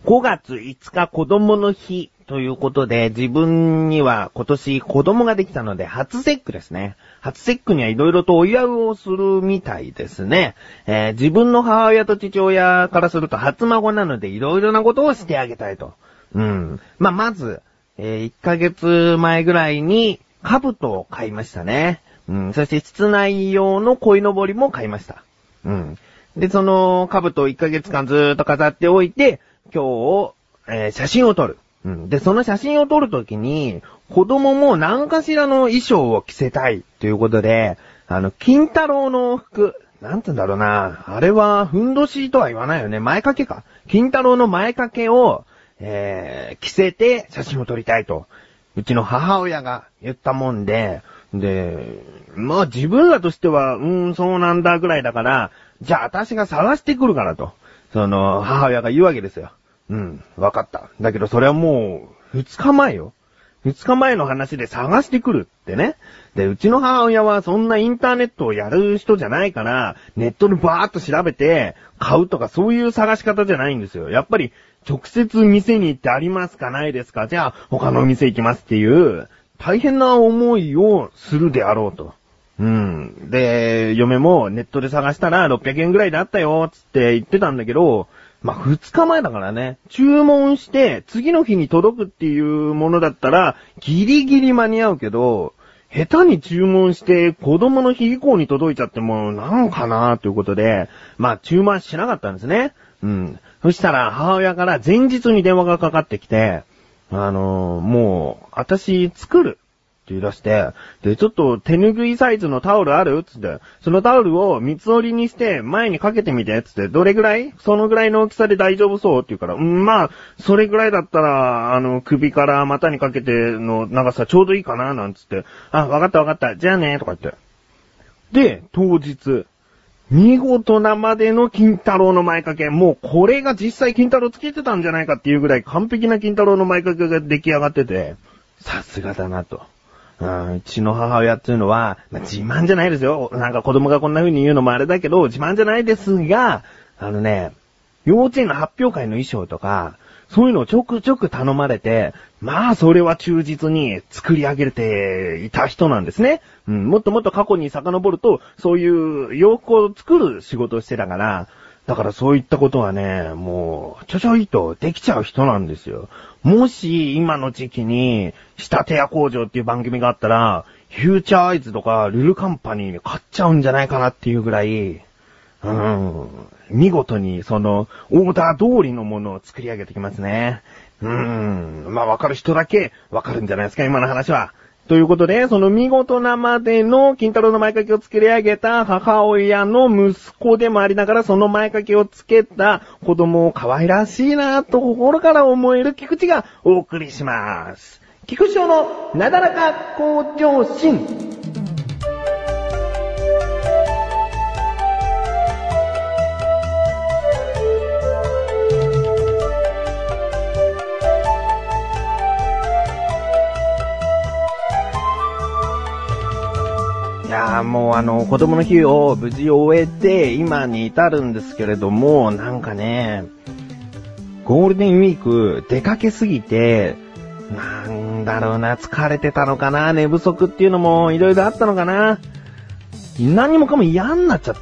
5月5日子供の日ということで、自分には今年子供ができたので初節句ですね。初節句には色々とお祝いをするみたいですね。自分の母親と父親からすると初孫なので色々なことをしてあげたいと。まず、1ヶ月前ぐらいに兜を買いましたね。そして室内用の鯉のぼりも買いました。で、その兜を1ヶ月間ずーっと飾っておいて、今日、写真を撮る。で、その写真を撮るときに、子供も何かしらの衣装を着せたいということで、金太郎の服、なんて言うんだろうな。あれは、ふんどしとは言わないよね。前掛けか。金太郎の前掛けを、着せて写真を撮りたいと。うちの母親が言ったもんで、まあ自分らとしては、そうなんだぐらいだから、じゃあ私が探してくるからと。母親が言うわけですよ。わかった。だけどそれはもう、2日前よ。2日前の話で探してくるってね。で、うちの母親はそんなインターネットをやる人じゃないから、ネットでバーっと調べて、買うとかそういう探し方じゃないんですよ。やっぱり、直接店に行ってありますかないですか、じゃあ他の店行きますっていう、大変な思いをするであろうと。で、嫁もネットで探したら600円ぐらいであったよ、つって言ってたんだけど、2日前だからね、注文して次の日に届くっていうものだったら、ギリギリ間に合うけど、下手に注文して子供の日以降に届いちゃってもなんかなということで、注文しなかったんですね。そしたら母親から前日に電話がかかってきて、もう、私作るって言い出して、で、ちょっと手拭いサイズのタオルあるつって、そのタオルを三つ折りにして前にかけてみてつって、どれぐらいそのぐらいの大きさで大丈夫そうって言うから、それぐらいだったら、首から股にかけての長さちょうどいいかななんつって、わかった、じゃあねとか言って。で、当日、見事なまでの金太郎の前掛け。もうこれが実際金太郎つけてたんじゃないかっていうぐらい完璧な金太郎の前掛けが出来上がってて、さすがだなと。うちの母親っていうのは、自慢じゃないですよ。なんか子供がこんな風に言うのもあれだけど、自慢じゃないですが、幼稚園の発表会の衣装とか、そういうのをちょくちょく頼まれて、それは忠実に作り上げていた人なんですね。もっともっと過去に遡ると、そういう洋服を作る仕事をしてたから、だからそういったことはね、もう、ちょいとできちゃう人なんですよ。もし、今の時期に、仕立て屋工場っていう番組があったら、フューチャーアイズとか、ルルカンパニーに買っちゃうんじゃないかなっていうぐらい、見事にそのオーダー通りのものを作り上げてきますね。わかる人だけわかるんじゃないですか、今の話は。ということで、その見事なまでの金太郎の前掛けを作り上げた母親の息子でもありながら、その前掛けをつけた子供を可愛らしいなと心から思える菊池がお送りします。菊池のなだらか向上心。もう子供の日を無事終えて今に至るんですけれども、なんかね、ゴールデンウィーク出かけすぎて、なんだろうな、疲れてたのかな、寝不足っていうのもいろいろあったのかな。何もかも嫌になっちゃって。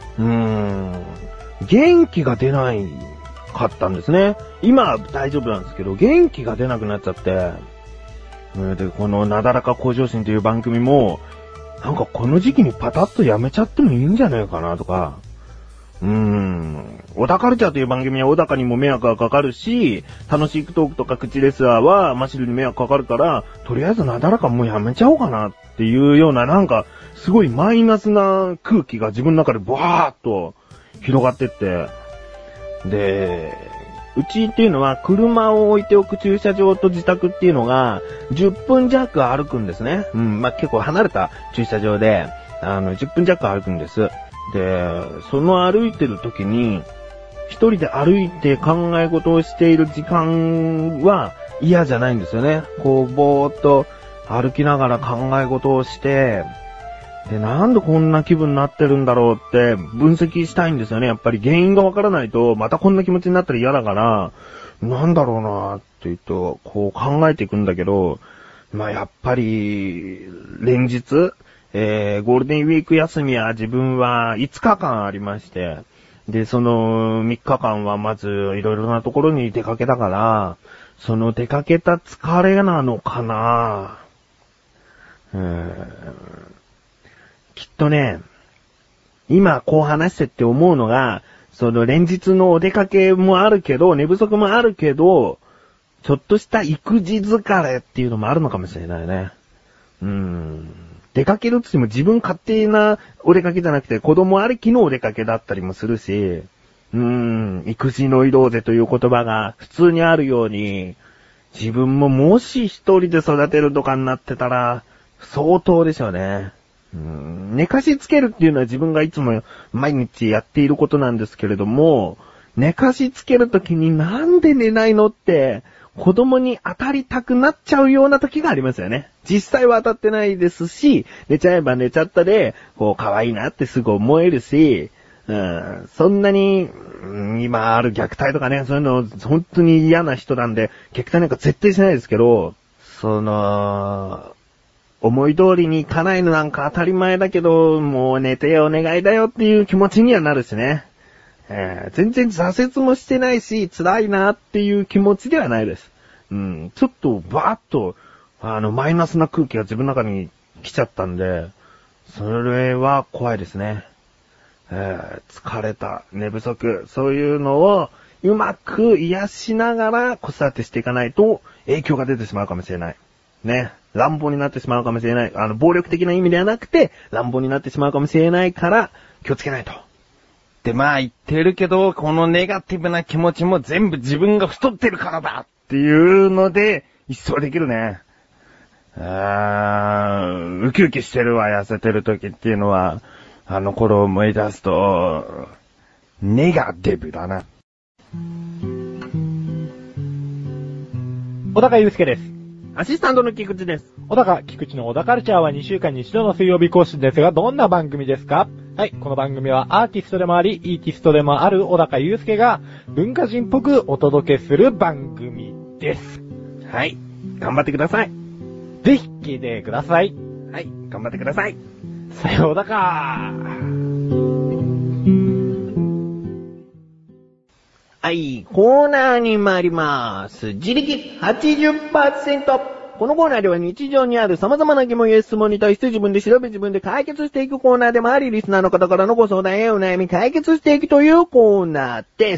元気が出ないかったんですね。今は大丈夫なんですけど、元気が出なくなっちゃって。で、このなだらか向上心という番組も、なんかこの時期にパタッとやめちゃってもいいんじゃないかなとか。小田カルチャーという番組は小高にも迷惑がかかるし、楽しいトークとか口レスラーはマシルに迷惑かかるから、とりあえずなだらかもうやめちゃおうかなっていうような、なんかすごいマイナスな空気が自分の中でバーっと広がってって、で、うちっていうのは車を置いておく駐車場と自宅っていうのが10分弱歩くんですね。結構離れた駐車場で、10分弱歩くんです。で、その歩いてる時に、一人で歩いて考え事をしている時間は嫌じゃないんですよね。こう、ぼーっと歩きながら考え事をして、 で、なんでこんな気分になってるんだろうって分析したいんですよね。やっぱり原因がわからないと、またこんな気持ちになったら嫌だから、なんだろうなって言うと、こう考えていくんだけど、やっぱり、連日、ゴールデンウィーク休みは自分は5日間ありまして、で、その3日間はまずいろいろなところに出かけたから、その出かけた疲れなのかな。きっとね、今こう話してって思うのが、その連日のお出かけもあるけど、寝不足もあるけど、ちょっとした育児疲れっていうのもあるのかもしれないね。出かけるって言っても自分勝手なお出かけじゃなくて子供ありきのお出かけだったりもするし、育児の移動ぜという言葉が普通にあるように、自分ももし一人で育てるとかになってたら、相当でしょうね。寝かしつけるっていうのは自分がいつも毎日やっていることなんですけれども、寝かしつけるときになんで寝ないのって子供に当たりたくなっちゃうような時がありますよね。実際は当たってないですし、寝ちゃえば寝ちゃったで、こう可愛いなってすぐ思えるし、そんなに、今ある虐待とかね、そういうの本当に嫌な人なんで、虐待なんか絶対しないですけど、思い通りにいかないのなんか当たり前だけど、もう寝てお願いだよっていう気持ちにはなるしね。全然挫折もしてないし、辛いなっていう気持ちではないです。ちょっとバーッと、マイナスな空気が自分の中に来ちゃったんで、それは怖いですね。疲れた、寝不足、そういうのをうまく癒しながら子育てしていかないと影響が出てしまうかもしれない。ね。乱暴になってしまうかもしれない。暴力的な意味ではなくて、乱暴になってしまうかもしれないから、気をつけないと。で、言ってるけど、このネガティブな気持ちも全部自分が太ってるからだっていうので、一掃できるね。ウキウキしてるわ、痩せてる時っていうのは、あの頃を思い出すと、ネガティブだな。 小高祐介です。 アシスタントの菊池です。 小高、菊池の小高カルチャーは2週間に1度の水曜日更新ですが、どんな番組ですか？はい、この番組はアーティストでもあり、イーティストでもある小高祐介が文化人っぽくお届けする番組です。 はい、頑張ってください。 ぜひ聞いてください。 はい、頑張ってください。 さようだか。 はい、コーナーに参ります。自力 80%。このコーナーでは日常にある様々な疑問や質問に対して自分で調べ自分で解決していくコーナーでもあり、リスナーの方からのご相談やお悩み解決していくというコーナーです。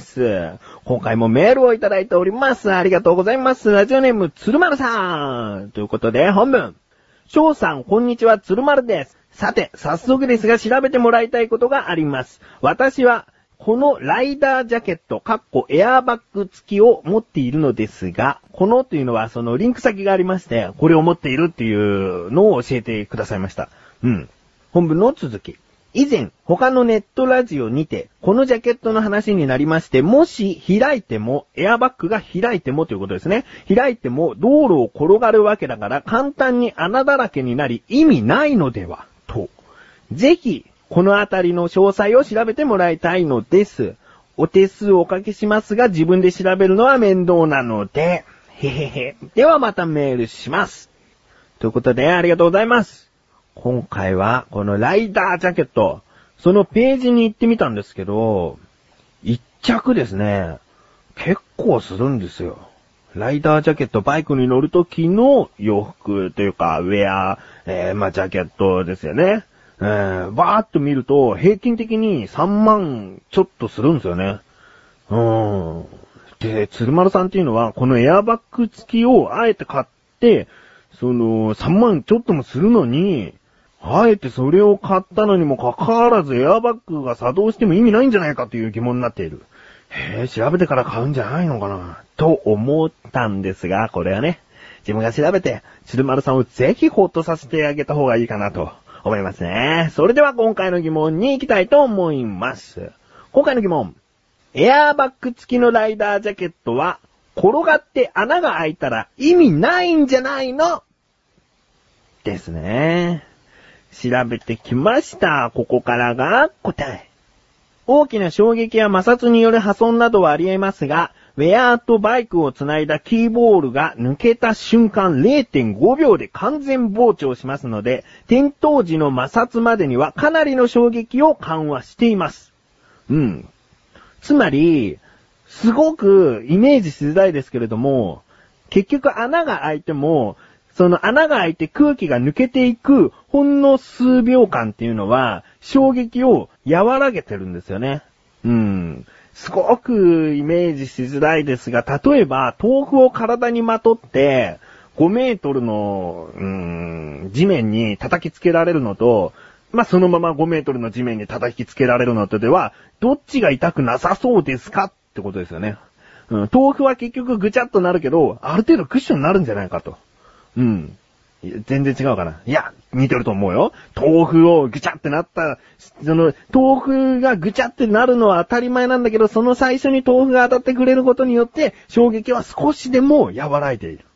今回もメールをいただいております。ありがとうございます。ラジオネーム、鶴丸さん。ということで、本文。翔さん、こんにちは、鶴丸です。さて、早速ですが調べてもらいたいことがあります。私は、このライダージャケット、エアーバッグ付きを持っているのですが、このというのはそのリンク先がありまして、これを持っているっていうのを教えてくださいました。本文の続き。以前、他のネットラジオにて、このジャケットの話になりまして、もし開いても、エアバッグが開いてもということですね。開いても道路を転がるわけだから簡単に穴だらけになり意味ないのでは、と。ぜひ、このあたりの詳細を調べてもらいたいのです。お手数をおかけしますが、自分で調べるのは面倒なので、ではまたメールします。ということで、ありがとうございます。今回は、このライダージャケット、そのページに行ってみたんですけど、一着ですね、結構するんですよ。ライダージャケット、バイクに乗るときの洋服というか、ウェア、ジャケットですよね。バーっと見ると、平均的に3万ちょっとするんですよね。で、鶴丸さんっていうのは、このエアバッグ付きをあえて買って、3万ちょっともするのに、あえてそれを買ったのにもかかわらずエアバッグが作動しても意味ないんじゃないかという疑問になっている。調べてから買うんじゃないのかなと思ったんですが、これはね、自分が調べて、鶴丸さんをぜひホッとさせてあげた方がいいかなと思いますね。それでは今回の疑問に行きたいと思います。今回の疑問。エアーバッグ付きのライダージャケットは、転がって穴が開いたら意味ないんじゃないのですね。 調べてきました。ここからが答え。大きな衝撃や摩擦による破損などはあり得ますが、ウェアとバイクをつないだキーボールが抜けた瞬間 0.5 秒で完全膨張しますので、転倒時の摩擦までにはかなりの衝撃を緩和しています。つまり、すごくイメージしづらいですけれども、結局穴が開いても、その穴が開いて空気が抜けていくほんの数秒間っていうのは、衝撃を和らげてるんですよね。すごくイメージしづらいですが、例えば豆腐を体にまとって5メートルの地面に叩きつけられるのと、そのまま5メートルの地面に叩きつけられるのとでは、どっちが痛くなさそうですかってことですよね。豆腐は結局ぐちゃっとなるけど、ある程度クッションになるんじゃないかと。全然違うかな。いや、似てると思うよ。豆腐をぐちゃってなった、豆腐がぐちゃってなるのは当たり前なんだけど、その最初に豆腐が当たってくれることによって、衝撃は少しでも和らいでいる。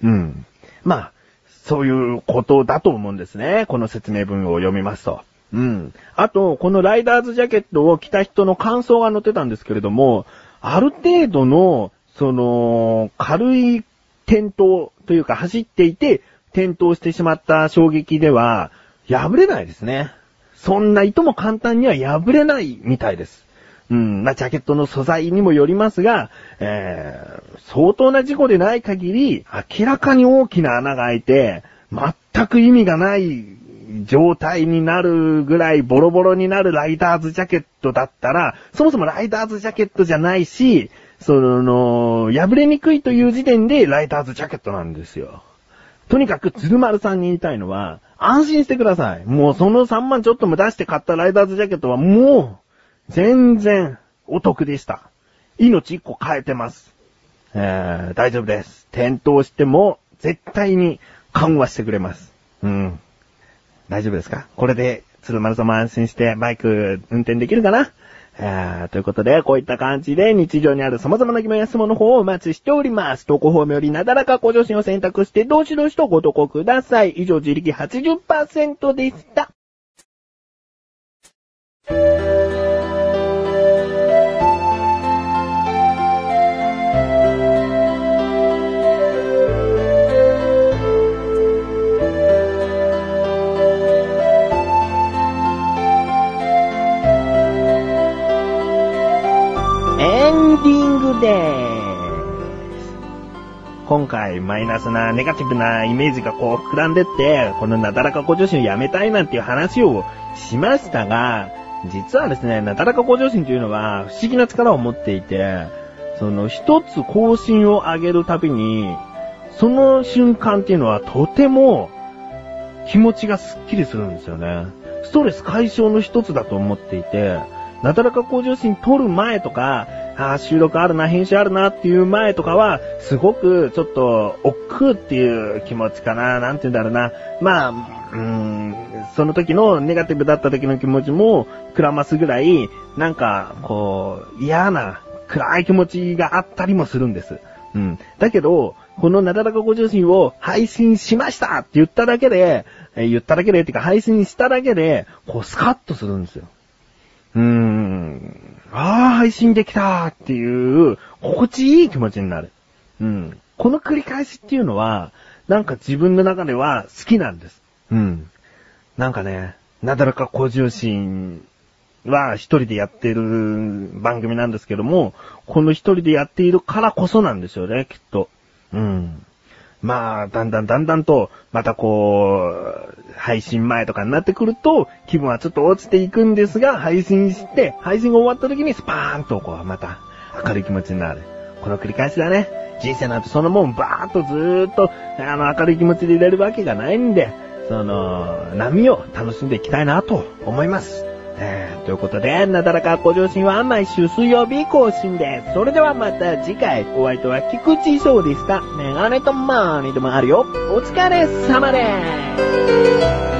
そういうことだと思うんですね。この説明文を読みますと。あと、このライダーズジャケットを着た人の感想が載ってたんですけれども、ある程度の、軽い転倒というか走っていて、転倒してしまった衝撃では、破れないですね。そんないとも簡単には破れないみたいです。ジャケットの素材にもよりますが、相当な事故でない限り、明らかに大きな穴が開いて、全く意味がない状態になるぐらいボロボロになるライダーズジャケットだったら、そもそもライダーズジャケットじゃないし、破れにくいという時点でライダーズジャケットなんですよ。とにかく鶴丸さんに言いたいのは、安心してください。もうその3万ちょっとも出して買ったライダーズジャケットはもう、全然お得でした。命1個変えてます。大丈夫です。転倒しても絶対に緩和してくれます。大丈夫ですか？これで鶴丸さんも安心してバイク運転できるかな？ということで、こういった感じで日常にある様々な疑問や質問の方をお待ちしております。投稿フォームよりなだらか向上心を選択して、どしどしとご投稿ください。以上、自力 80% でした。エンディングでーす。今回マイナスなネガティブなイメージが膨らんでって、このなだらか向上心をやめたいなんていう話をしましたが、実はですね、なだらか向上心というのは不思議な力を持っていて、一つ更新を上げるたびに、その瞬間っていうのはとても気持ちがスッキリするんですよね。ストレス解消の一つだと思っていて、なだらか向上心撮る前とか、収録あるな、編集あるなっていう前とかは、すごくちょっと億劫っていう気持ちかな、なんて言うんだろうな。その時のネガティブだった時の気持ちもくらますぐらい、嫌な暗い気持ちがあったりもするんです。だけど、このなだらか向上心を配信しましたって言っただけでっていうか配信しただけで、スカッとするんですよ。配信できたっていう、心地いい気持ちになる。この繰り返しっていうのは、自分の中では好きなんです。なだらか向上心は一人でやってる番組なんですけども、この一人でやっているからこそなんですよね、きっと。だんだんと、また配信前とかになってくると、気分はちょっと落ちていくんですが、配信が終わった時にスパーンとまた明るい気持ちになる。この繰り返しだね。人生なんてそのもんバーっとずーっと、明るい気持ちでいれるわけがないんで、波を楽しんでいきたいなと思います。ということで、なだらか向上心は毎週水曜日更新です。それではまた次回、お相手は菊池翔でした。メガネとマーニでもあるよ。お疲れ様です。